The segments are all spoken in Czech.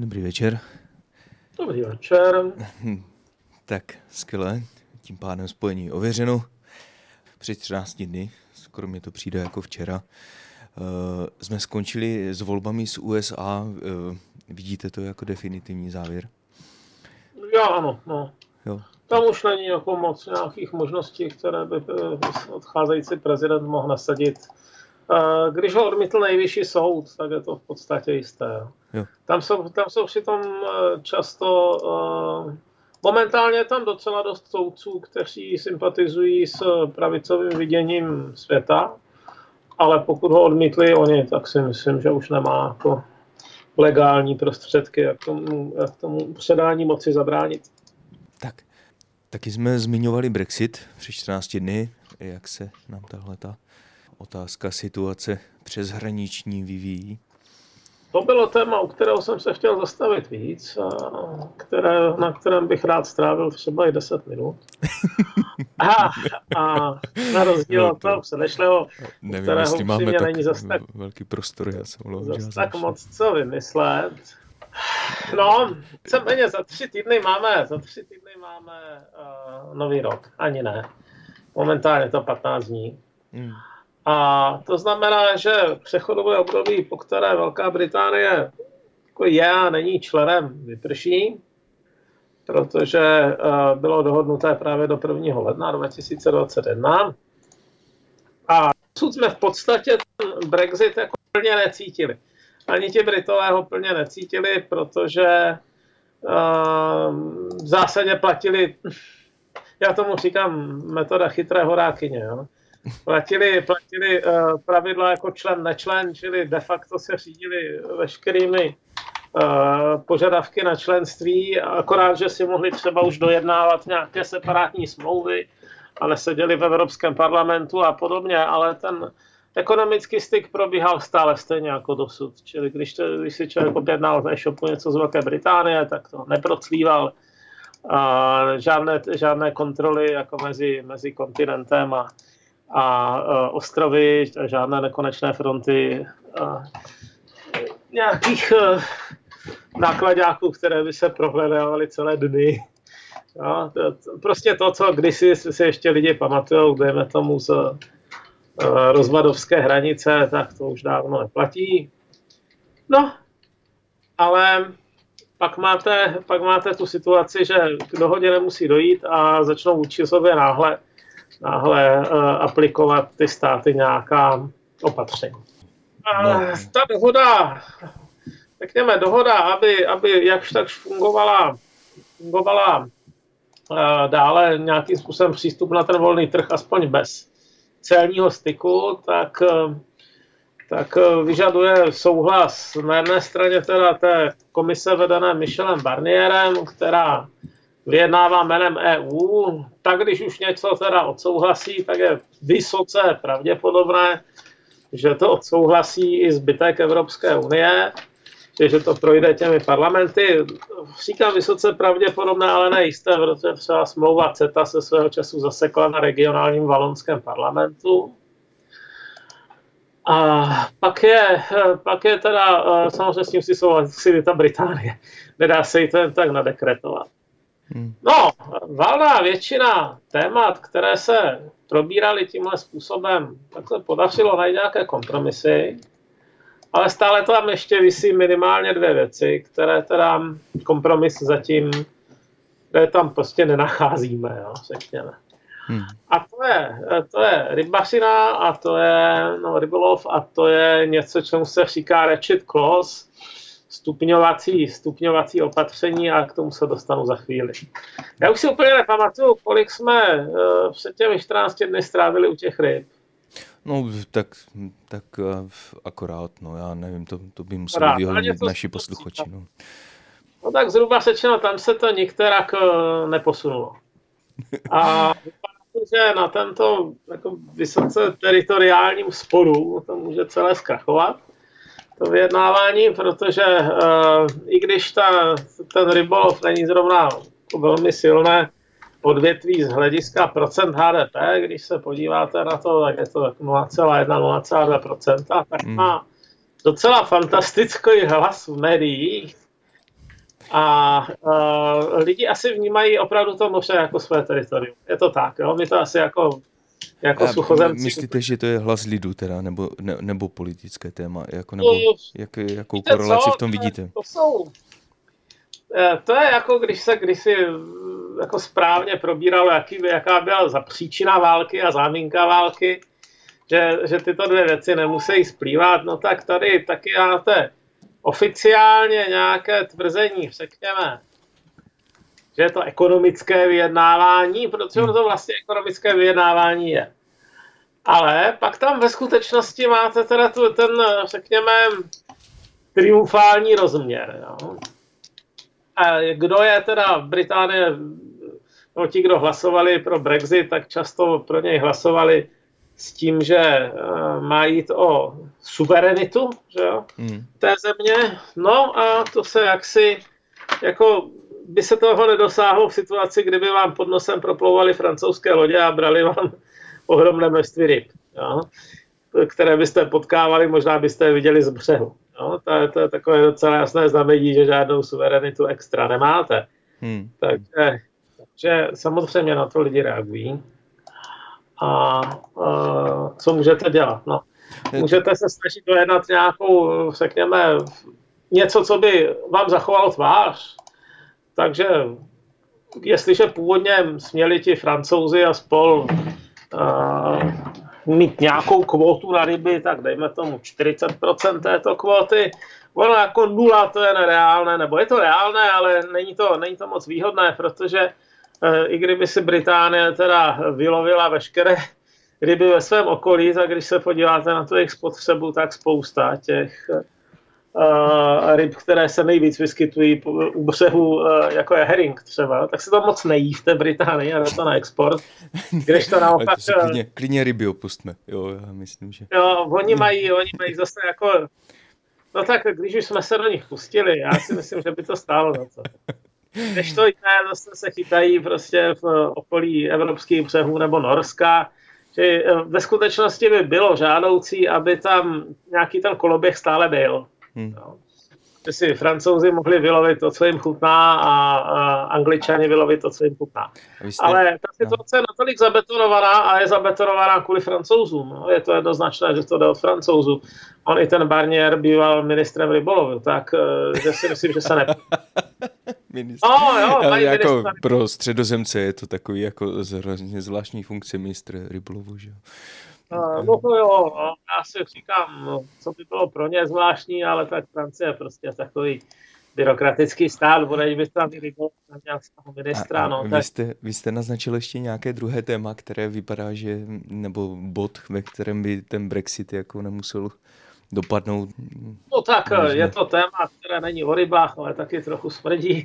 Dobrý večer. Dobrý večer. Tak, skvěle. Tím pádem spojení ověřeno. Před 14 dny, skoro mi to přijde jako včera, jsme skončili s volbami z USA. Vidíte to jako definitivní závěr? Já ano, no. Jo. Tam už není jako moc nějakých možností, které by odcházející prezident mohl nasadit. Když ho odmítl nejvyšší soud, tak je to v podstatě jisté. Jo. Tam jsou přitom často... Momentálně je tam docela dost soudců, kteří sympatizují s pravicovým viděním světa, ale pokud ho odmítli oni, tak si myslím, že už nemá jako legální prostředky, jak tomu předání moci zabránit. Tak, taky jsme zmiňovali Brexit před 14 dny. Jak se nám tahleta otázka situace přeshraniční vyvíjí? To bylo téma, u kterého jsem se chtěl zastavit víc, na kterém bych rád strávil třeba i 10 minut. A na rozdíl od toho předešlého, nevím, kterého jestli máme tak není zas tak, velký prostor. Já jsem tak moc co vymyslet. No, víceméně za 3 týdny máme nový rok. Ani ne. Momentálně to 15 dní. A to znamená, že přechodové období, po které Velká Británie jako je a není členem, vyprší, protože bylo dohodnuté právě do 1. ledna 2021. A dosud jsme v podstatě ten Brexit jako plně necítili. Ani ti Britové ho plně necítili, protože v zásadě platili, já tomu říkám metoda chytré horákyně, jo? Platili pravidla jako člen-nečlen, čili de facto se řídili veškerými požadavky na členství, akorát, že si mohli třeba už dojednávat nějaké separátní smlouvy a neseděli v Evropském parlamentu a podobně, ale ten ekonomický styk probíhal stále stejně jako dosud. Čili když si člověk objednal v e-shopu něco z Velké Británie, tak to neproclíval žádné kontroly jako mezi kontinentem a ostrovy, žádné nekonečné fronty nějakých nákladáků, které by se prohledávaly celé dny. No, prostě to, co kdysi si ještě lidi pamatujou, dejme tomu z rozvadovské hranice, tak to už dávno neplatí. No, ale pak máte tu situaci, že k dohodě nemusí dojít a začnou vůči sobě náhle aplikovat ty státy nějaká opatření. Ta dohoda, řekněme, aby jakž takž fungovala dále nějakým způsobem přístup na ten volný trh, aspoň bez celního styku, tak vyžaduje souhlas na jedné straně teda té komise vedené Michelem Barnierem, která vyjednává jménem EU, tak když už něco teda odsouhlasí, tak je vysoce pravděpodobné, že to odsouhlasí i zbytek Evropské unie, že to projde těmi parlamenty. Říkám vysoce pravděpodobné, ale nejisté, protože třeba smlouva CETA se svého času zasekla na regionálním valonském parlamentu. A pak je teda, samozřejmě s tím si souhlasí ta Británie. Nedá se jí to jen tak nadekretovat. No, valná většina témat, které se probíraly tímhle způsobem, tak se podařilo najít nějaké kompromisy, ale stále tam ještě visí minimálně 2 věci, které teda kompromis zatím, které tam prostě nenacházíme, jo, řekněme. A to je rybařina, a to je rybolov, a to je něco, čemu se říká ratchet clause, stupňovací opatření, a k tomu se dostanu za chvíli. Já už si úplně nepamatuju, kolik jsme před těmi 14 dny strávili u těch ryb. No, tak akorát, no, já nevím, to by museli vyhodnit naši posluchači. No tak zhruba řečeno, tam se to nikterak neposunulo. A že na tento jako vysoce teritoriálním sporu to může celé zkrachovat, to vyjednávání, protože i když ten rybolov není zrovna velmi silné odvětví z hlediska procent HDP, když se podíváte na to, tak je to 0,1-0,2%, tak má docela fantastický hlas v médiích, A lidi asi vnímají opravdu to moře jako své teritorium. Je to tak, jo? My to asi jako suchozemci. Myslíte, že to je hlas lidu teda, nebo politické téma? Nebo jakou korelaci v tom vidíte? To je jako, když si jako správně probíralo, jaká byla za příčina války a záminka války, že tyto dvě věci nemusí splývat, no tak tady taky máte oficiálně nějaké tvrzení, řekněme, že je to ekonomické vyjednávání, protože ono to vlastně ekonomické vyjednávání je. Ale pak tam ve skutečnosti máte teda ten, řekněme, triumfální rozměr. Jo. A kdo je teda Británie, no ti, kdo hlasovali pro Brexit, tak často pro něj hlasovali s tím, že má jít o suverenitu, že jo, té země. No a to se jaksi, jako by se toho nedosáhlo v situaci, kdyby vám pod nosem proplouvaly francouzské lodě a brali vám ohromné množství ryb, jo, které byste potkávali, možná byste je viděli z břehu. Jo. To je takové docela jasné znamení, že žádnou suverenitu extra nemáte. Takže samozřejmě na to lidi reagují. A co můžete dělat? No, můžete se snažit dojednat nějakou, řekněme, něco, co by vám zachovalo tvář. Takže jestliže původně směli ti Francouzi a spol mít nějakou kvótu na ryby, tak dejme tomu 40% této kvóty. Ono jako 0 to je nereálné, nebo je to reálné, ale není to moc výhodné, protože i kdyby si Británie teda vylovila veškeré ryby ve svém okolí, tak když se podíváte na tu jejich spotřebu, tak spousta těch ryb, které se nejvíc vyskytují u břehu, jako je herring třeba, tak se to moc nejí v té Británii a jde to na export. Když to naopak... klidně ryby opustme, jo, já myslím, že... Jo, oni mají zase jako... No tak, když už jsme se do nich pustili, já si myslím, že by to stálo za to. Když to jiné zase se chytají prostě v okolí evropských břehů nebo Norska, že ve skutečnosti by bylo žádoucí, aby tam nějaký ten koloběh stále byl. No. Že si Francouzi mohli vylovit to, co jim chutná a Angličani vylovit to, co jim chutná. Ale ta situace je natolik zabetonovaná a je zabetonovaná kvůli Francouzům. No. Je to jednoznačné, že to jde od Francouzů. On i ten Barnier býval ministrem rybolovu, tak že si myslím, že se ne... jako pro středozemce je to takový jako zvláštní funkce ministra rybolovu, že jo? No to jo, já si říkám, co by bylo pro ně zvláštní, ale tak Francie je prostě takový byrokratický stát, bude, by tam rybolov měl z toho ministra. Vy jste naznačil ještě nějaké druhé téma, které vypadá, že, nebo bod, ve kterém by ten Brexit jako nemusel dopadnout. No tak, je to téma, které není o rybách, ale taky trochu smrdí.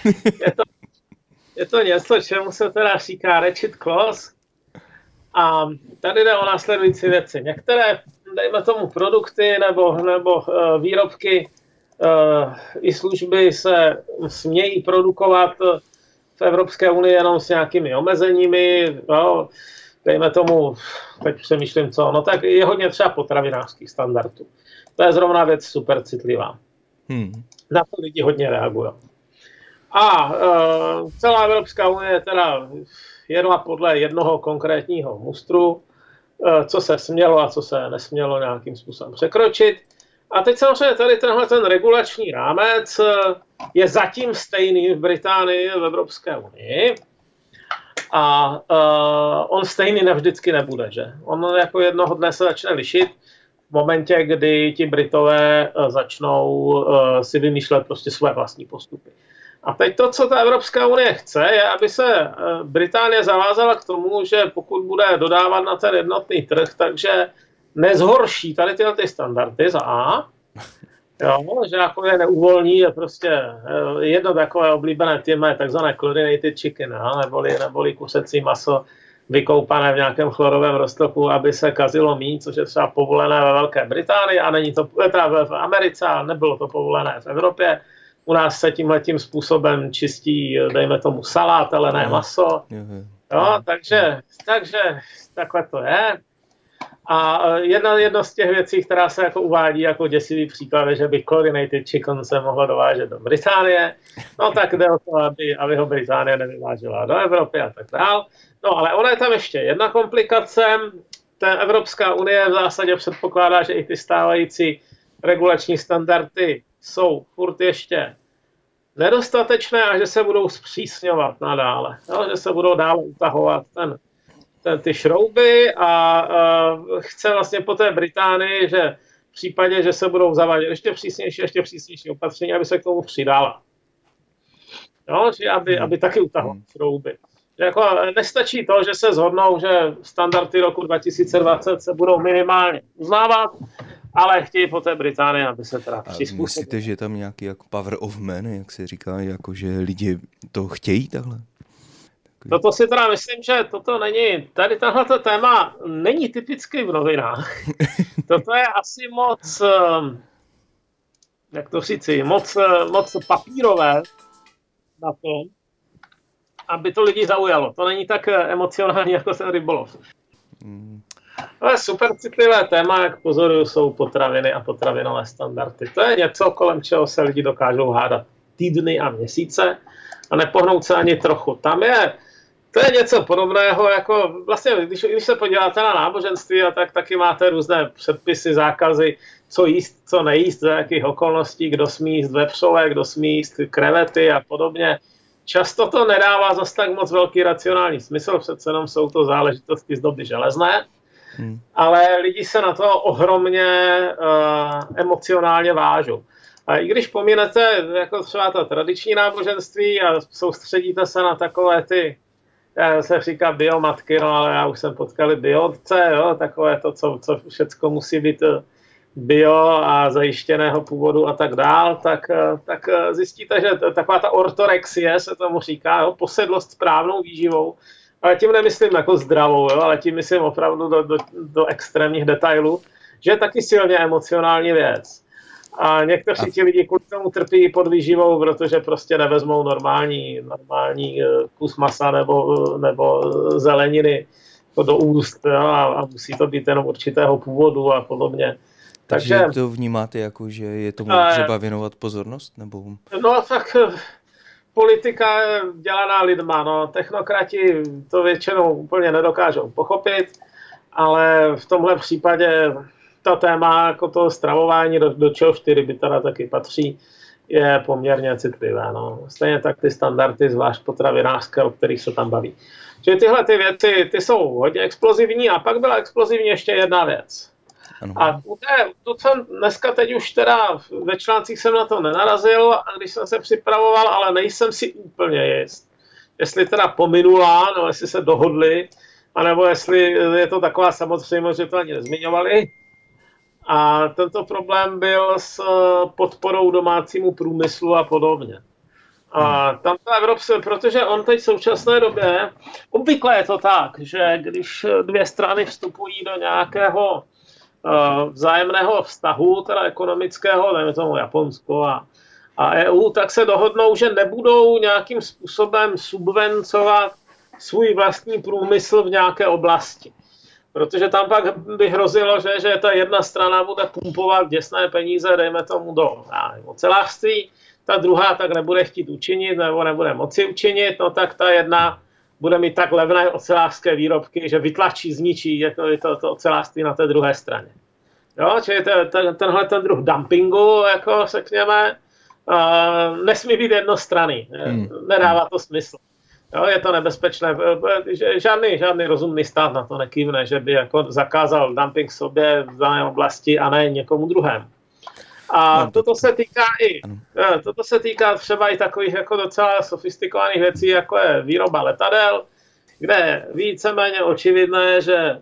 je to něco, čemu se teda říká ratchet clause. A tady jde o následující věci. Některé, dejme tomu, produkty nebo výrobky i služby se smějí produkovat v Evropské unii jenom s nějakými omezeními. No, dejme tomu, teď přemýšlím co, no tak je hodně třeba potravinářských standardů. To je zrovna věc super citlivá. Na to lidi hodně reagují. A celá Evropská unie teda jedla podle jednoho konkrétního mustru, co se smělo a co se nesmělo nějakým způsobem překročit. A teď samozřejmě tady tenhle ten regulační rámec je zatím stejný v Británii, v Evropské unii. A on stejný navždycky nebude, že? On jako jednoho dne se začne lišit v momentě, kdy ti Britové začnou si vymýšlet prostě své vlastní postupy. A teď to, co ta Evropská unie chce, je, aby se Británie zavázala k tomu, že pokud bude dodávat na ten jednotný trh, takže nezhorší tady tyhle ty standardy za A, jo, že jako je neuvolní, je prostě jedno takové oblíbené téma, takzvané chlorinated chicken, neboli kuřecí maso vykoupané v nějakém chlorovém roztoku, aby se kazilo míň, což je třeba povolené ve Velké Británii a není to teda v Americe a nebylo to povolené v Evropě. U nás se tímhletím způsobem čistí, dejme tomu, salát, ale ne maso. Jo, takže takhle to je. A jedna z těch věcí, která se jako uvádí jako děsivý příklad, je, že by chlorinated chicken se mohlo dovážet do Británie, no tak jde o to, aby ho Británie nevyvážela do Evropy a tak dál. No ale ona je tam ještě jedna komplikace. Evropská unie v zásadě předpokládá, že i ty stávající regulační standardy jsou furt ještě nedostatečné a že se budou zpřísňovat nadále. No, že se budou dále utahovat ty šrouby a chce vlastně po té Británii, že v případě, že se budou zavádět ještě přísnější opatření, aby se k tomu přidala. No, že aby taky utahoval šrouby. Jako nestačí to, že se shodnou, že standardy roku 2020 se budou minimálně uznávat, ale chtějí po té Británii, aby se teda přizpůsobili. Myslíte, že je tam nějaký jako power of man, jak se říká, jako že lidi to chtějí takhle? Toto si teda myslím, že toto není, tady tahle téma není typicky v novinách. Toto je asi moc, jak to říci, moc papírové na to, aby to lidi zaujalo. To není tak emocionální jako ten rybolov. To je super citlivé téma, jak pozoruju, jsou potraviny a potravinové standardy. To je něco, kolem čeho se lidi dokážou hádat týdny a měsíce a nepohnout se ani trochu. To je něco podobného, jako vlastně, když se podíváte na náboženství, a tak taky máte různé předpisy, zákazy, co jíst, co nejíst, za jakých okolností, kdo smí jíst vepřové, kdo smí jíst krevety a podobně. Často to nedává zase tak moc velký racionální smysl, přece jenom jsou to záležitosti z doby železné, ale lidi se na to ohromně emocionálně vážou. A i když pominete jako třeba to tradiční náboženství a soustředíte se na takové ty, se říká biomatky, no ale já už jsem potkal biotce, jo, takové to, co všecko musí být bio a zajištěného původu a tak dál, tak zjistíte, že taková ta ortorexie se tomu říká, jo, posedlost správnou výživou, ale tím nemyslím jako zdravou, jo, ale tím myslím opravdu do extrémních detailů, že je taky silně emocionální věc. A někteří ti lidi kvůli tomu trpí podvýživou, protože prostě nevezmou normální kus masa nebo zeleniny do úst, jo, a musí to být jenom určitého původu a podobně. Takže to vnímáte jako, že je tomu třeba věnovat pozornost? Nebo... No tak politika je dělaná lidma, no. Technokrati to většinou úplně nedokážou pochopit, ale v tomhle případě to téma jako toho stravování, do čeho 4 by teda taky patří, je poměrně citlivé. No. Stejně tak ty standardy, zvlášť potravinářské, o kterých se tam baví. Čili tyhle ty věci, ty jsou hodně explozivní a pak byla explozivní ještě jedna věc. Ano. A to jsem dneska teď už teda ve článcích jsem na to nenarazil, a když jsem se připravoval, ale nejsem si úplně jist, jestli teda pominula, no jestli se dohodli, anebo jestli je to taková samozřejmost, že to ani nezmiňovali. A tento problém byl s podporou domácímu průmyslu a podobně. A tam ta Evropská, protože on teď v současné době, obvykle je to tak, že když dvě strany vstupují do nějakého vzájemného vztahu, teda ekonomického, dejme tomu Japonsko a EU, tak se dohodnou, že nebudou nějakým způsobem subvencovat svůj vlastní průmysl v nějaké oblasti. Protože tam pak by hrozilo, že ta jedna strana bude pumpovat děsné peníze, dejme tomu do ocelářství, ta druhá tak nebude chtít učinit nebo nebude moci učinit, no tak ta jedna bude mít tak levné ocelářské výrobky, že vytlačí, zničí to ocelářství na té druhé straně. Jo, čili tenhle ten druh dumpingu, jako řekněme, nesmí být jednostranný. Nedává to smysl. Jo, je to nebezpečné. Žádný rozumný stát na to nekývne, že by jako zakázal dumping sobě v dané oblasti a ne někomu druhému. A toto se týká třeba i takových jako docela sofistikovaných věcí, jako je výroba letadel, kde je víceméně očividné, že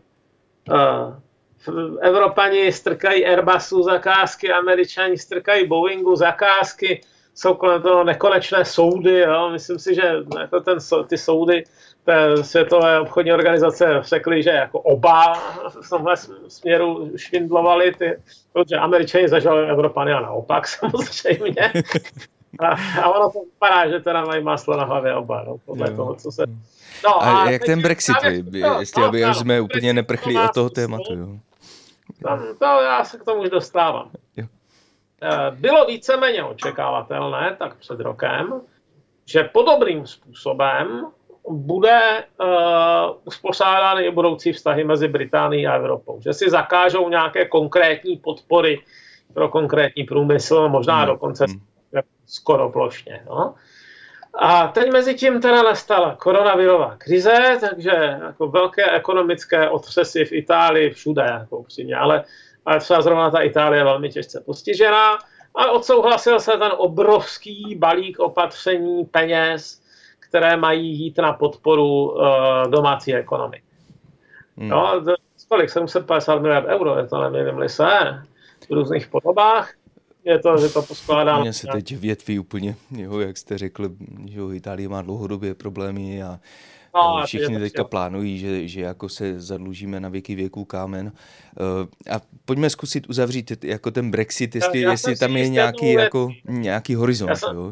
Evropani strkají Airbusu zakázky, Američani strkají Boeingu zakázky, jsou kolem toho nekonečné soudy. Jo? Myslím si, že jako ty soudy té Světové obchodní organizace řekly, že jako oba v tomhle směru švindlovali, protože Američani zažali Evropany a naopak samozřejmě. A ono to vypadá, že teda mají máslo na hlavě oba. No, podle toho, co se... No, a jak ten Brexit, jestli aby jsme úplně neprchli od toho tématu. Jo. To já se k tomu už dostávám. Jo. Bylo víceméně očekávatelné, tak před rokem, že podobným způsobem bude uspořádány budoucí vztahy mezi Británií a Evropou. Že si zakážou nějaké konkrétní podpory pro konkrétní průmysl, možná dokonce skoro plošně. No. A teď mezi tím teda nastala koronavirová krize, takže jako velké ekonomické otřesy v Itálii všude, jako upřímně, ale třeba zrovna ta Itálie je velmi těžce postižená a odsouhlasil se ten obrovský balík opatření peněz, které mají jít na podporu domácí ekonomiky. No, kolik? 750 miliard euro, je to, nevím-li se, v různých podobách. Je to poskládáno. Mně se teď větví úplně, jo, jak jste řekl, že Itálie má dlouhodobě problémy a všichni teďka plánují, že jako se zadlužíme na věky věků kámen. A pojďme zkusit uzavřít jako ten Brexit, jestli tam je nějaký horizont.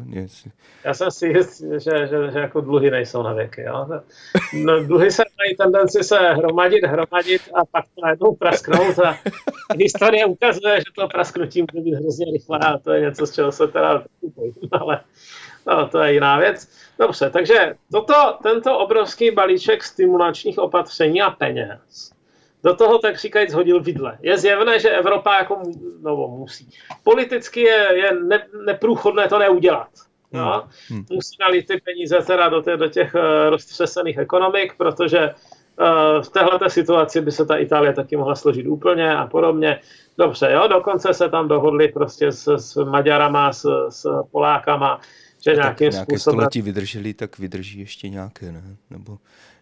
Já jsem si jist, že jako dluhy nejsou na věky. Jo? No, dluhy se mají tendenci se hromadit a pak najednou prasknout a historie ukazuje, že to prasknutí může být hrozně rychlé a to je něco, z čeho se teda bojím, ale no, to je jiná věc. Dobře, takže tento obrovský balíček stimulačních opatření a peněz do toho, tak říkajíc, hodil vidle. Je zjevné, že Evropa jako musí. Politicky je neprůchodné to neudělat. No? Musí nalít ty peníze teda do těch roztřesených ekonomik, protože v téhleté situaci by se ta Itálie taky mohla složit úplně a podobně. Dobře, jo, dokonce se tam dohodli prostě s Maďarama, s Polákama, že nějakým nějaké způsobem... století vydrželi, tak vydrží ještě nějaké, ne? Nebo...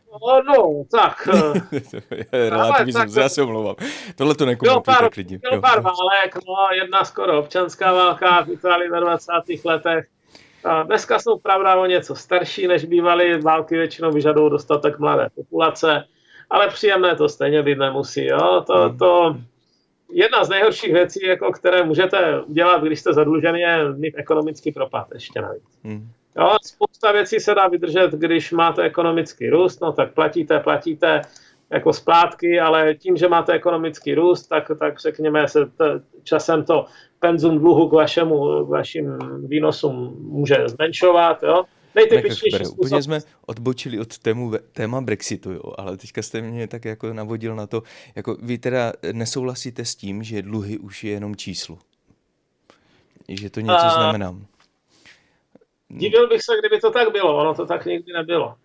No, tak... Relativismus, já se omlouvám. Tohle to nekomentujte klidně. Bylo pár válek, jedna skoro občanská válka v Itálii ve 20. letech. A dneska jsou pravda o něco starší, než bývaly. Války většinou vyžadují dostatek mladé populace, ale příjemné to stejně být nemusí. Jo? To jedna z nejhorších věcí, jako které můžete udělat, když jste zadlužený, je mít ekonomický propad ještě navíc. Jo? Spousta věcí se dá vydržet, když máte ekonomický růst, no tak platíte jako splátky, ale tím, že máte ekonomický růst, tak řekněme se časem to penzum dluhu k vašim výnosům může zmenšovat. Jo? Nejtypičnější způsob... Úplně jsme odbočili od téma Brexitu, jo, ale teďka jste mě tak jako navodil na to, jako vy teda nesouhlasíte s tím, že dluhy už je jenom číslo. Že to něco znamená. Divil bych se, kdyby to tak bylo, ono to tak nikdy nebylo.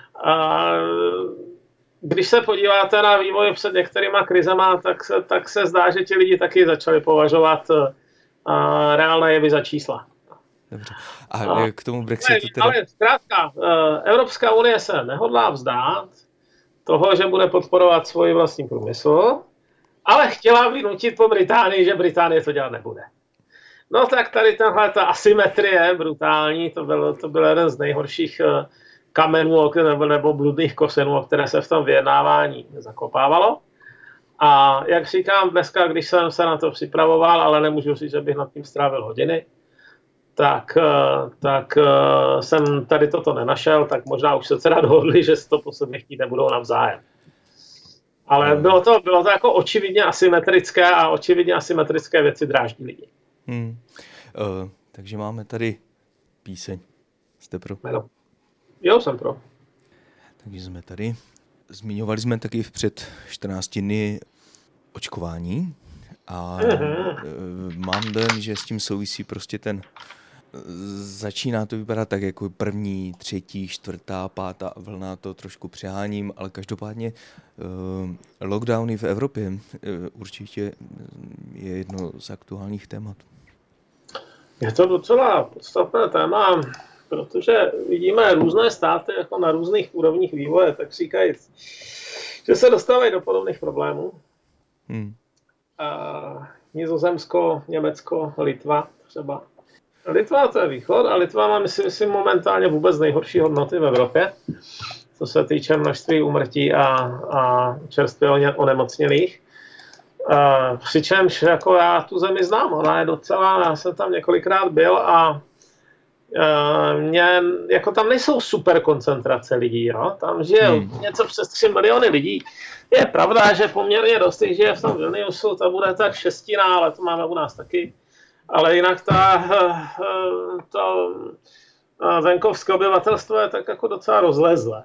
Když se podíváte na vývoj před některýma krizema, tak se zdá, že ti lidi taky začali považovat reálné jevy za čísla. Dobře. A k tomu Brexitu teda... Ale zkrátka, Evropská unie se nehodlá vzdát toho, že bude podporovat svůj vlastní průmysl, ale chtěla vynutit po Británii, že Británie to dělat nebude. No tak tady ta asymetrie brutální, to byl jeden z nejhorších kamenů nebo bludných kořenů, o které se v tom vyjednávání zakopávalo. A jak říkám, dneska, když jsem se na to připravoval, ale nemůžu říct, že bych nad tím strávil hodiny, tak jsem tady toto nenašel, tak možná už se teda dohodli, že si to po sobě chtít nebudou navzájem. Ale bylo to jako očividně asymetrické a očividně asymetrické věci dráždí lidi. Takže máme tady píseň. Jste pro? Jo, jsem pro. Takže jsme tady. Zmiňovali jsme taky před 14 dny očkování a mám dojem, že s tím souvisí prostě začíná to vypadat tak jako první, třetí, čtvrtá, pátá vlna, to trošku přeháním, ale každopádně lockdowny v Evropě určitě je jedno z aktuálních témat. Je to docela podstatné téma, protože vidíme různé státy jako na různých úrovních vývoje, tak říkají, že se dostávají do podobných problémů. Nizozemsko, Německo, Litva třeba. Litva to je východ a Litva má, myslím, momentálně vůbec nejhorší hodnoty v Evropě, co se týče množství úmrtí a čerstvě onemocnělých. Přičemž jako já tu zemi znám, ona je docela, já jsem tam několikrát byl a jako tam nejsou super koncentrace lidí, jo? Tam žije něco přes 3 miliony lidí. Je pravda, že poměrně dost jich žije v tom Vilniusu, to bude tak 1/6, ale to máme u nás taky. Ale jinak to venkovské obyvatelstvo je tak jako docela rozlezlé.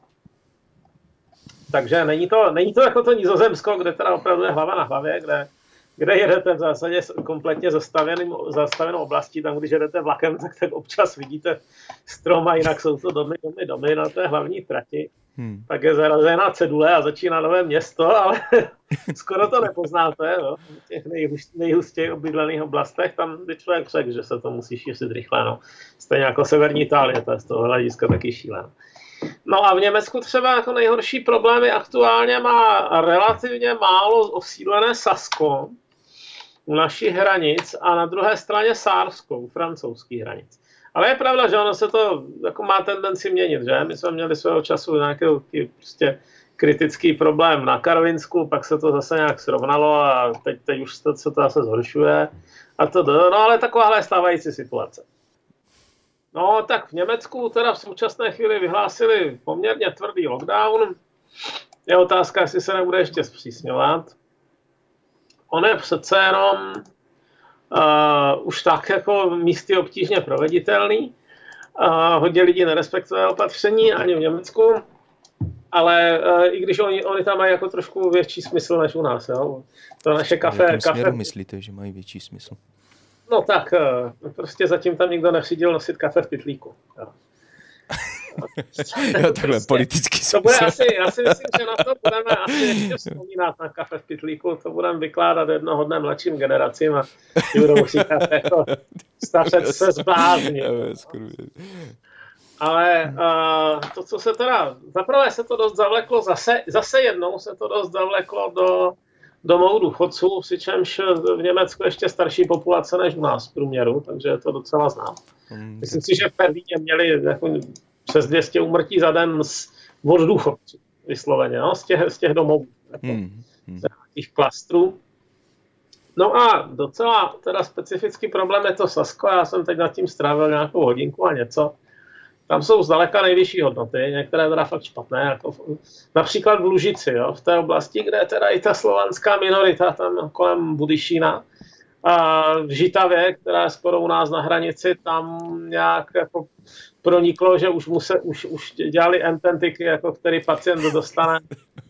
Takže není to jako to Nizozemsko, kde teda opravdu je hlava na hlavě, kde jedete v zásadě kompletně zastavenou oblastí, tam když jedete vlakem, tak občas vidíte strom a jinak jsou to domy na té hlavní trati. Tak je zarazená cedule a začíná nové město, ale skoro to nepoznáte, jo? V těch nejhustěji obydlených oblastech, tam by člověk řekl, že se to musí šířit rychle, no. Stejně jako severní Itálie, to je z toho hlediska taky šílené. No a v Německu třeba jako nejhorší problémy aktuálně má relativně málo osídlené Sasko u našich hranic a na druhé straně Sársko, u francouzských hranic. Ale je pravda, že ono se to jako má tendenci měnit, že? My jsme měli svého času nějaký prostě kritický problém na Karvinsku, pak se to zase nějak srovnalo a teď už se to zase zhoršuje. No ale takováhle je stávající situace. No tak v Německu teda v současné chvíli vyhlásili poměrně tvrdý lockdown. Je otázka, jestli se nebude ještě zpřísňovat. On je přece jenom už tak jako místy obtížně proveditelný. Hodně lidí nerespektuje opatření ani v Německu, ale i když oni tam mají jako trošku větší smysl než u nás. Jo? To naše kafe... směru myslíte, že mají větší smysl? No tak, prostě zatím tam nikdo neřídil nosit kafe v pytlíku. Jo. Jo, takhle politický smysl. To bude já si myslím, že na to budeme asi ještě vzpomínat na kafe v pytlíku, to budeme vykládat jednoho dne mladším generacím a ti budou říkat jako stařec se zbláznil. Ale to, co se teda, zaprvé se to dost zavleklo, zase jednou se to dost zavleklo do mou důchodců, přičemž v Německu ještě starší populace než u nás v průměru, takže je to docela znám. Myslím si, že v Berlíně měli jako přes 200 úmrtí za den od důchodců, vysloveně, no, z těch domovů, z těch klastrů. No a docela teda specifický problém je to Sasko, já jsem teď nad tím strávil nějakou hodinku a něco. Tam jsou zdaleka nejvyšší hodnoty, některé teda fakt špatné, jako například v Lužici, jo, v té oblasti, kde je teda i ta slovanská minorita, tam kolem Budyšína. A v Žitavě, která je skoro u nás na hranici, tam nějak jako proniklo, že už dělali ententiky, jako který pacient dostane.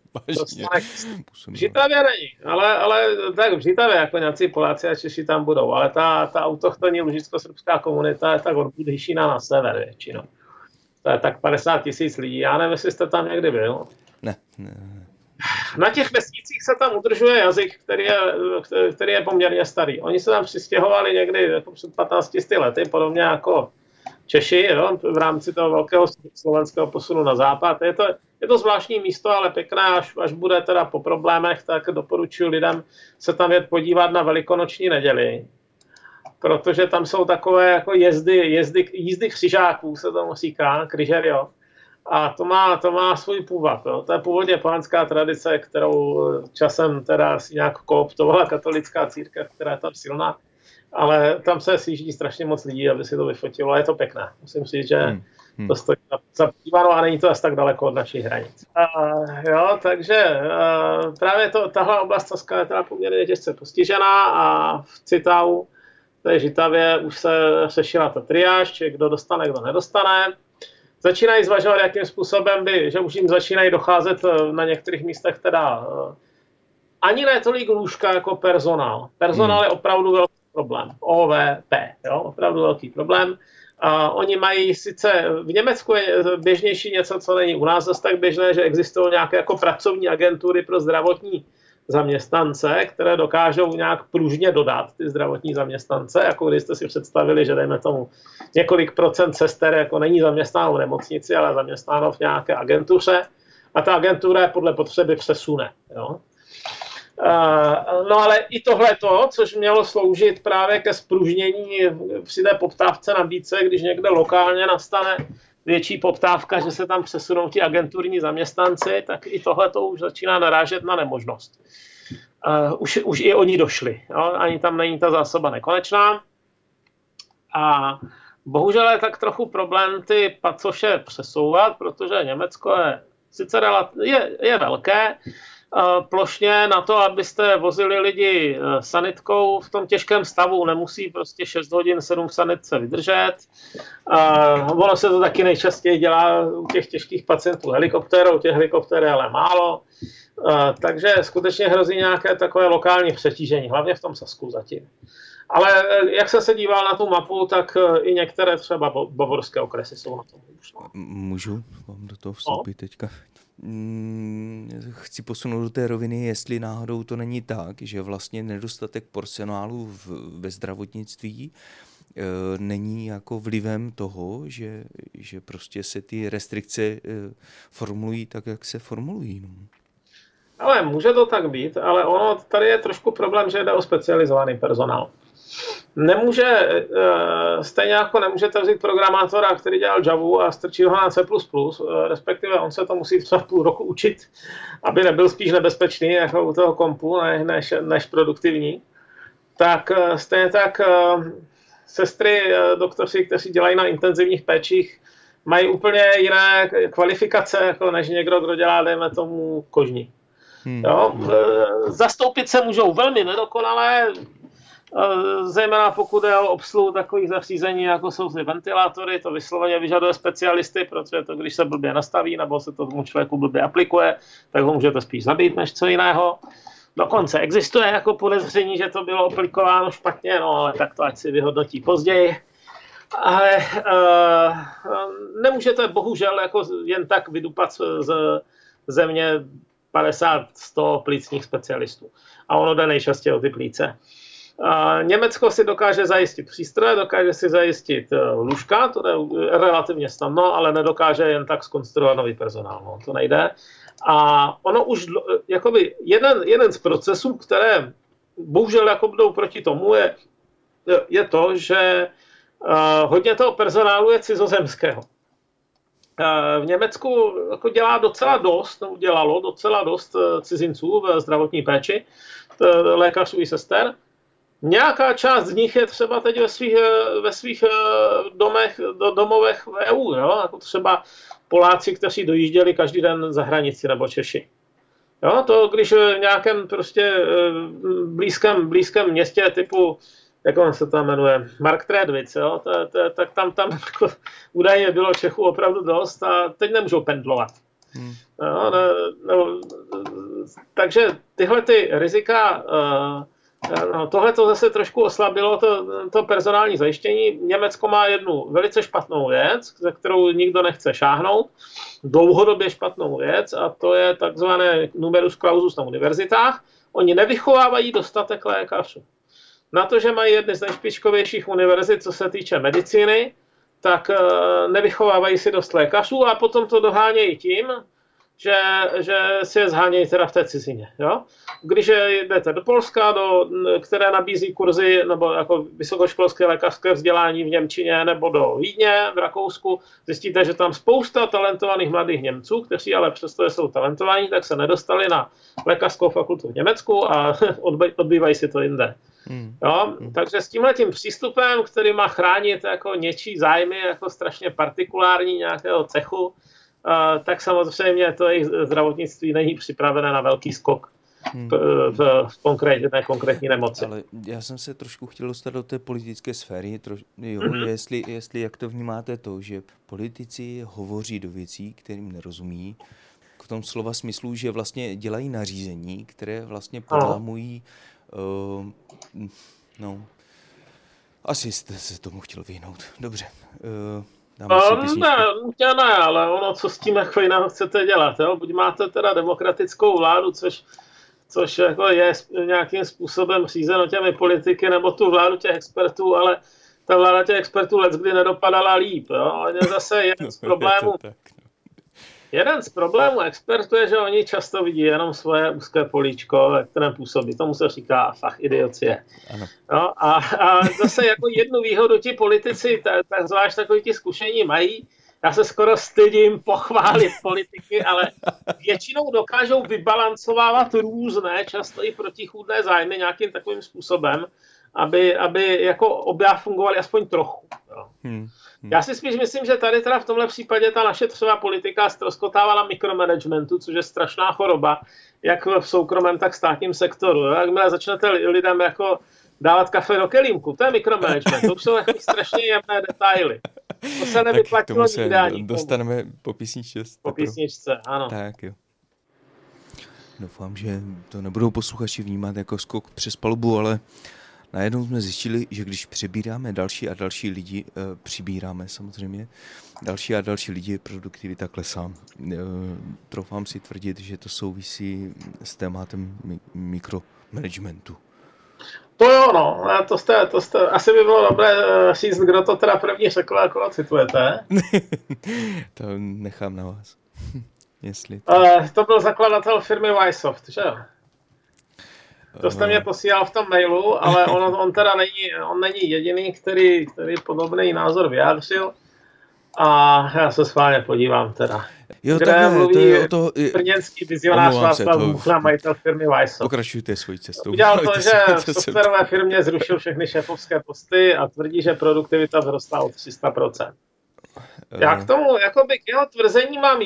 V Žitavě není, ale tak v Žitavě jako nějací Poláci a Češi tam budou, ale ta autochtonní lužicko-srbská komunita je tak od Budyšína na sever většinou. To je tak 50 000 lidí, já nevím, jestli jste tam někdy byl. Ne. Na těch vesnicích se tam udržuje jazyk, který je poměrně starý. Oni se tam přistěhovali někdy jako před 15 lety, podobně jako Češi, jo, v rámci toho velkého slovenského posunu na západ. Je to zvláštní místo, ale pěkné, až bude teda po problémech, tak doporučuji lidem se tam jet podívat na velikonoční neděli, protože tam jsou takové jako jízdy křižáků, se tomu říká, kryžerio. A to má svůj původ. Jo. To je původně pohanská tradice, kterou časem teda si nějak kooptovala katolická církev, která je tam silná. Ale tam se sjíždí strašně moc lidí, aby si to vyfotilo. A je to pěkné. Musím říct, že to stojí za podívanou a není to asi tak daleko od našich hranic. Takže právě tahle oblast Saska je teda poměrně těžce postižená a v Citau, v té Žitavě, už se řešila ta triáž, kdo dostane, kdo nedostane. Začínají zvažovat, jakým způsobem že už jim začínají docházet na některých místech teda ani ne tolik lůžka jako personál. Personál je opravdu velký problém. OVP, jo, opravdu velký problém. Oni mají sice, v Německu je běžnější něco, co není u nás zase tak běžné, že existují nějaké jako pracovní agentury pro zdravotní zaměstnance, které dokážou nějak pružně dodat ty zdravotní zaměstnance, jako když jste si představili, že dejme tomu několik procent sester jako není zaměstnáno v nemocnici, ale zaměstnáno v nějaké agentuře a ta agentura je podle potřeby přesune. Jo? No ale i tohleto, což mělo sloužit právě ke spružnění při té poptávce nabídce, když někde lokálně nastane větší poptávka, že se tam přesunou ti agenturní zaměstnanci, tak i tohleto už začíná narážet na nemožnost. Už i oni došli. Jo? Ani tam není ta zásoba nekonečná. A bohužel je tak trochu problém ty pacoše přesouvat, protože Německo je sice je velké, plošně na to, abyste vozili lidi sanitkou v tom těžkém stavu, nemusí prostě 6 hodin 7 v sanitce vydržet. Ono se to taky nejčastěji dělá u těch těžkých pacientů helikoptérou, těch helikoptér je ale málo. Takže skutečně hrozí nějaké takové lokální přetížení, hlavně v tom Sasku zatím. Ale jak jsem se díval na tu mapu, tak i některé třeba bavorské okresy jsou na tom. Můžu vám do toho vstoupit teďka? Chci posunout do té roviny, jestli náhodou to není tak, že vlastně nedostatek personálu ve zdravotnictví není jako vlivem toho, že prostě se ty restrikce formulují tak, jak se formulují. No. Ale může to tak být, ale ono tady je trošku problém, že jde o specializovaný personál. Stejně jako nemůžete vzít programátora, který dělal Javu a strčí ho na C++, respektive on se to musí třeba půl roku učit, aby nebyl spíš nebezpečný jako u toho kompu, než produktivní. Tak stejně tak sestry, doktoři, kteří dělají na intenzivních péčích, mají úplně jiné kvalifikace, jako než někdo, kdo dělá, dejme tomu, kožní. Jo? Zastoupit se můžou velmi nedokonale, zejména pokud je o obsluhu takových zařízení, jako jsou ty ventilátory, to vysloveně vyžaduje specialisty, protože to, když se blbě nastaví, nebo se to tomu člověku blbě aplikuje, tak ho můžete spíš zabít, než co jiného. Dokonce existuje jako podezření, že to bylo aplikováno špatně, no ale tak to ať si vyhodnotí později. Ale nemůžete bohužel jako jen tak vydupat z země 50-100 plicních specialistů. A ono jde nejčastěji o ty plíce. Německo si dokáže zajistit přístroje, dokáže si zajistit lůžka, to je relativně snadno, ale nedokáže jen tak zkonstruovat nový personál, no, to nejde. A ono už, jakoby jeden z procesů, které bohužel jako jdou proti tomu, je to, že hodně toho personálu je cizozemského. V Německu jako dělalo docela dost cizinců v zdravotní péči, lékařů i sester. Nějaká část z nich je třeba teď ve svých domovech v EU, jo? Jako třeba Poláci, kteří dojížděli každý den za hranici, nebo Češi. Jo? To když v nějakém prostě blízkém městě typu, jak on se tam jmenuje, Marktredwitz, jo? Tak tam jako, údajně bylo Čechů opravdu dost a teď nemůžou pendlovat. Jo? Takže tyhle ty rizika, tohle to zase trošku oslabilo to personální zajištění. Německo má jednu velice špatnou věc, za kterou nikdo nechce šáhnout, dlouhodobě špatnou věc, a to je takzvané numerus clausus na univerzitách. Oni nevychovávají dostatek lékařů. Na to, že mají jedny z nejšpičkovějších univerzit, co se týče medicíny, tak nevychovávají si dost lékařů a potom to dohánějí tím, že si je zhánějí teda v té cizině. Jo? Když jdete do Polska, které nabízí kurzy nebo jako vysokoškolské lékařské vzdělání v němčině, nebo do Vídně v Rakousku, zjistíte, že tam spousta talentovaných mladých Němců, kteří ale přesto jsou talentovaní, tak se nedostali na lékařskou fakultu v Německu a odbývají si to jinde. Jo? Takže s tímhletím přístupem, který má chránit jako něčí zájmy, jako strašně partikulární nějakého cechu, tak samozřejmě to jejich zdravotnictví není připravené na velký skok v konkrétní nemoci. Ale já jsem se trošku chtěl dostat do té politické sféry, jestli jak to vnímáte to, že politici hovoří do věcí, kterým nerozumí, v tom slova smyslu, že vlastně dělají nařízení, které vlastně podlámují, asi jste se tomu chtěl vyhnout. Dobře. Ne, ale ono, co s tím jako jiného chcete dělat, jo? Buď máte teda demokratickou vládu, což jako je nějakým způsobem řízeno těmi politiky, nebo tu vládu těch expertů, ale ta vláda těch expertů leckdy nedopadala líp, jo? Zase jeden z problémů expertů je, že oni často vidí jenom svoje úzké políčko, ve kterém působí. Tomu se říká fach idiocie. No, a zase jako jednu výhodu ti politici, tak zvlášť takový ti zkušení mají. Já se skoro stydím pochválit politiky, ale většinou dokážou vybalancovávat různé, často i protichůdné zájmy nějakým takovým způsobem, aby jako obě fungovaly aspoň trochu. Jo. Já si spíš myslím, že tady teda v tomhle případě ta naše třeba politika ztroskotávala mikromanagementu, což je strašná choroba, jak v soukromém, tak státním sektoru. Jakmile začnete lidem jako dávat kafe do kelímku, to je mikromanagement, to už jsou jako strašně jemné detaily. To se nevyplatilo nikdy ani. Dostaneme po písničce. Po písničce, ano. Tak jo. Doufám, že to nebudou posluchači vnímat jako skok přes palubu, ale najednou jsme zjistili, že když přibíráme další a další lidi, přibíráme samozřejmě, další a další lidi, produktivita klesá. Troufám si tvrdit, že to souvisí s tématem mikromanagementu. To jo, no, to jste, asi by bylo dobré říct, kdo to teda první řekl, jako citujete. To nechám na vás. Jestli to byl zakladatel firmy Wisesoft, že jo? To jste mě posílal v tom mailu, ale on teda není jediný, který podobný názor vyjádřil. A já se schválně podívám teda. Jo, kde mluví to brněnský vizionář Václav Muchna, majitel firmy Wisesoft. Pokračujte svojí cestou. Udělal to, že v softwarové firmě zrušil všechny šéfovské posty a tvrdí, že produktivita vzrostla o 300%. Já k tomu, jakoby k jeho tvrzení mám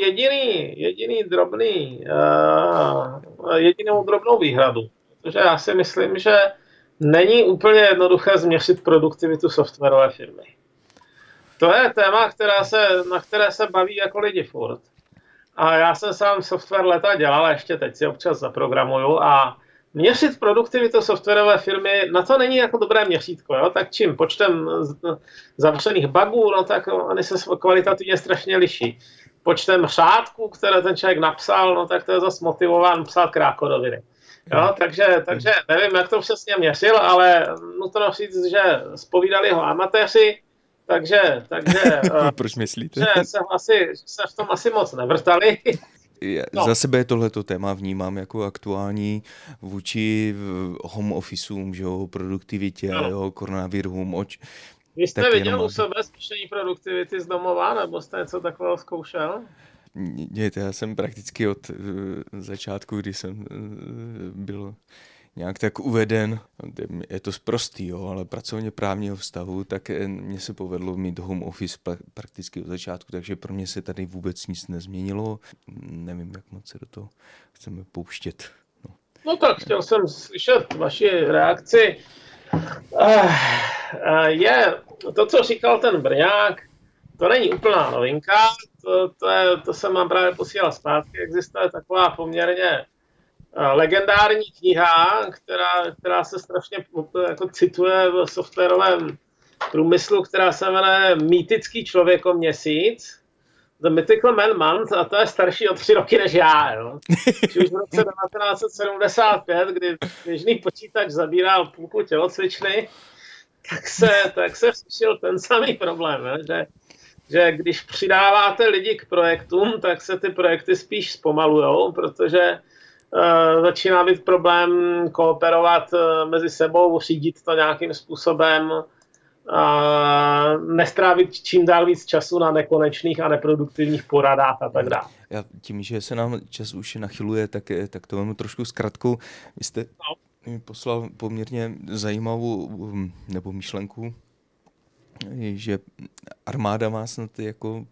jedinou drobnou výhradu. Protože já si myslím, že není úplně jednoduché změřit produktivitu softwarové firmy. To je téma, na které se baví jako lidi furt. A já jsem sám software leta dělal a ještě teď si občas zaprogramuju a měřit produktivitu softwarové firmy, na to není jako dobré měřítko, jo? Tak čím počtem zavřených bugů, no tak oni se kvalitativně strašně liší. Počtem řádků, které ten člověk napsal, no tak to je zase motivován psát krákodoviny. Jo? Takže nevím, jak to přesně měřil, ale nutno říct, že zpovídali ho amatéři, takže proč myslíte? Že se v tom asi moc nevrtali. Za sebe tohleto téma vnímám jako aktuální vůči home officeům, že jo, produktivitě, jo, koronavirům. Vy jste viděl u sebe zvýšení produktivity z domova, nebo jste něco takového zkoušel? Dějte, já jsem prakticky od začátku, kdy jsem byl nějak tak uveden, je to sprostý, jo, ale pracovně právního vztahu, tak mně se povedlo mít home office prakticky od začátku, takže pro mě se tady vůbec nic nezměnilo. Nevím, jak moc se do toho chceme pouštět. No tak, chtěl jsem slyšet vaši reakci. To, co říkal ten Brňák, to není úplná novinka, to jsem vám právě posílal zpátky. Existuje taková poměrně legendární kniha, která se strašně jako cituje v softwarovém průmyslu, která se jmenuje Mýtický člověkoměsíc, The Mythical Man Month, a to je starší o 3 roky než já. Jo. Už v roce 1975, kdy běžný počítač zabíral půlku tělocvičny, tak se řešil ten samý problém, že když přidáváte lidi k projektům, tak se ty projekty spíš zpomalujou, protože začíná být problém kooperovat mezi sebou, řídit to nějakým způsobem, nestrávit čím dál víc času na nekonečných a neproduktivních poradách a tak dále. Tím, že se nám čas už nachyluje, tak to mám trošku zkratkou. Vy jste mi poslal poměrně zajímavou nebo myšlenku, že armáda má snad jako...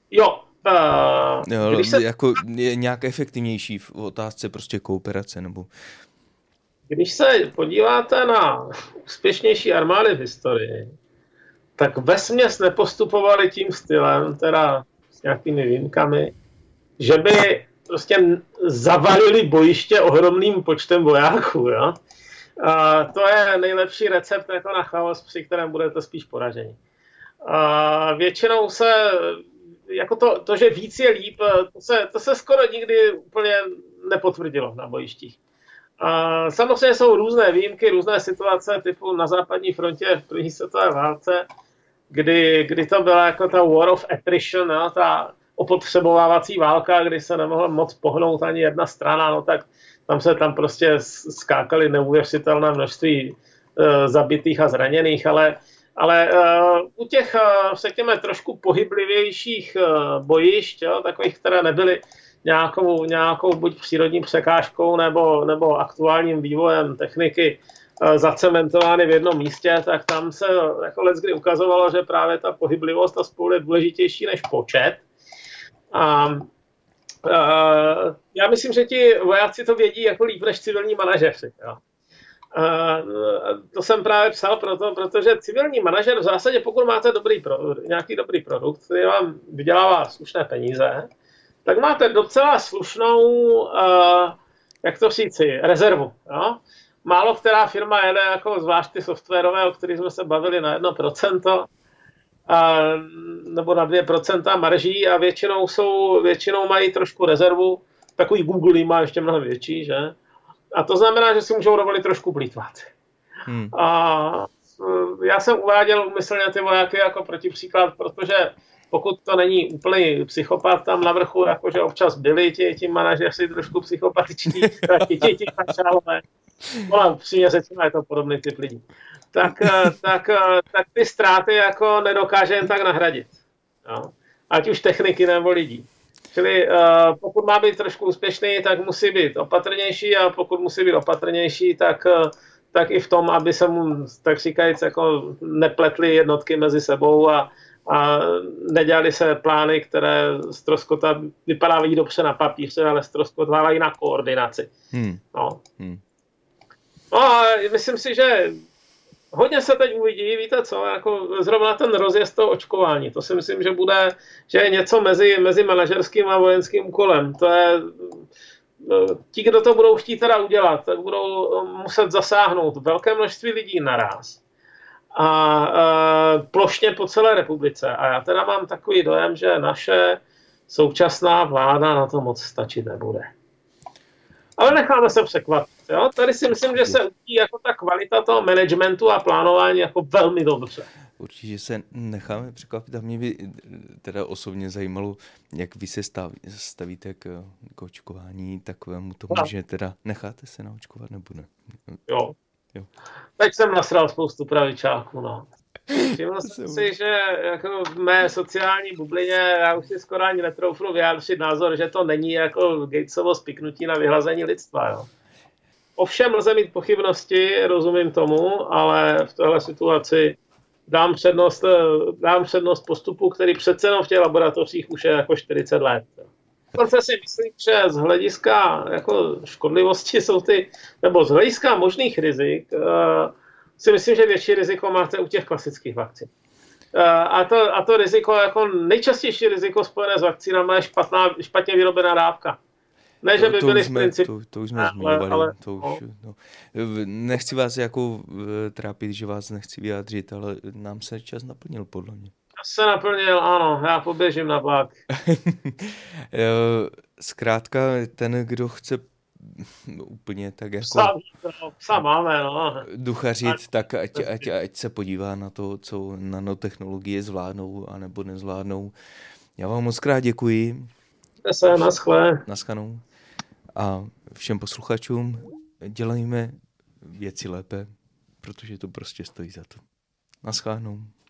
jako je nějak efektivnější v otázce prostě kooperace, nebo... Když se podíváte na úspěšnější armády v historii, tak vesměs nepostupovali tím stylem, teda s nějakými výjimkami, že by prostě zavalili bojiště ohromným počtem vojáků, jo? A to je nejlepší recept jako na chaos, při kterém budete spíš poraženi. A většinou se jako to, že víc je líp, to se skoro nikdy úplně nepotvrdilo na bojištích. A samozřejmě jsou různé výjimky, různé situace, typu na západní frontě v první světové válce, kdy to byla jako ta war of attrition, no, ta opotřebovávací válka, kdy se nemohla moc pohnout ani jedna strana, no tak tam prostě skákali neuvěřitelné množství zabitých a zraněných, ale u těch, řekněme, trošku pohyblivějších bojišť, jo, takových, které nebyly nějakou buď přírodní překážkou nebo aktuálním vývojem techniky zacementovány v jednom místě, tak tam se jako leckdy ukazovalo, že právě ta pohyblivost a spolu je důležitější než počet. A já myslím, že ti vojáci to vědí jako líp než civilní manažeři. Jo. To jsem právě psal protože civilní manažer v zásadě, pokud máte nějaký dobrý produkt, který vám vydělává slušné peníze, tak máte docela slušnou, jak to říci, rezervu. Jo? Málo která firma jede, jako zvlášť ty softwarové, o kterých jsme se bavili, na 1%, nebo na 2% marží a většinou mají trošku rezervu. Takový Google má ještě mnohem větší, že? A to znamená, že si můžou dovolit trošku plýtvat. A já jsem uváděl úmyslně ty vojáky jako protipříklad, protože pokud to není úplný psychopat tam na vrchu, jakože občas byli ti manažeři trošku psychopatiční, ti pašálové, přímě řečeno je to podobný typ lidí, tak ty ztráty jako nedokáže jen tak nahradit. Jo? Ať už techniky nebo lidí. Čili pokud má být trošku úspěšný, tak musí být opatrnější a pokud musí být opatrnější, tak i v tom, aby se mu, tak říkajíc, jako nepletly jednotky mezi sebou a nedělali se plány, které vypadávají dobře na papíře, ale ztroskotávají na koordinaci. No. No a myslím si, že hodně se teď uvidí, víte co, jako zrovna ten rozjezd toho očkování, to si myslím, že je něco mezi manažerským a vojenským úkolem. To je, ti, kdo to budou chtít teda udělat, tak budou muset zasáhnout velké množství lidí naraz a plošně po celé republice. A já teda mám takový dojem, že naše současná vláda na to moc stačit nebude. Ale necháme se překvapit. Jo? Tady si myslím, že se uvidí jako ta kvalita toho managementu a plánování jako velmi dobře. Určitě se necháme překvapit a mě by teda osobně zajímalo, jak vy se stavíte k očkování takovému tomu, že teda necháte se naočkovat nebo ne? Jo. Teď jsem nasral spoustu pravičáků, no. Všiml jsem si, že jako v mé sociální bublině já už si skoro ani netroufnu vyjádřit názor, že to není jako Gatesovo spiknutí na vyhlazení lidstva. Jo. Ovšem lze mít pochybnosti, rozumím tomu, ale v téhle situaci dám přednost postupu, který přece jenom v těch laboratořích už je jako 40 let. Dokonce si myslím, že z hlediska jako škodlivosti nebo z hlediska možných rizik, si myslím, že větší riziko máte u těch klasických vakcín. A to riziko, jako nejčastější riziko spojené s vakcínami je špatně vyrobená dávka. Ne, že by byly v principu... To už jsme zmiňovali. Nechci vás jako trápit, že vás nechci vyjádřit, ale nám se čas naplnil, podle mě. Se naplnil, ano, já poběžím na vlak. Zkrátka, ten, kdo chce úplně tak jako... Psa máme, no. Duchařit, tak ať se podívá na to, co nanotechnologie zvládnou, anebo nezvládnou. Já vám moc krát děkuji. Naschledanou. A všem posluchačům dělejme věci lépe, protože to prostě stojí za to. Naschledanou.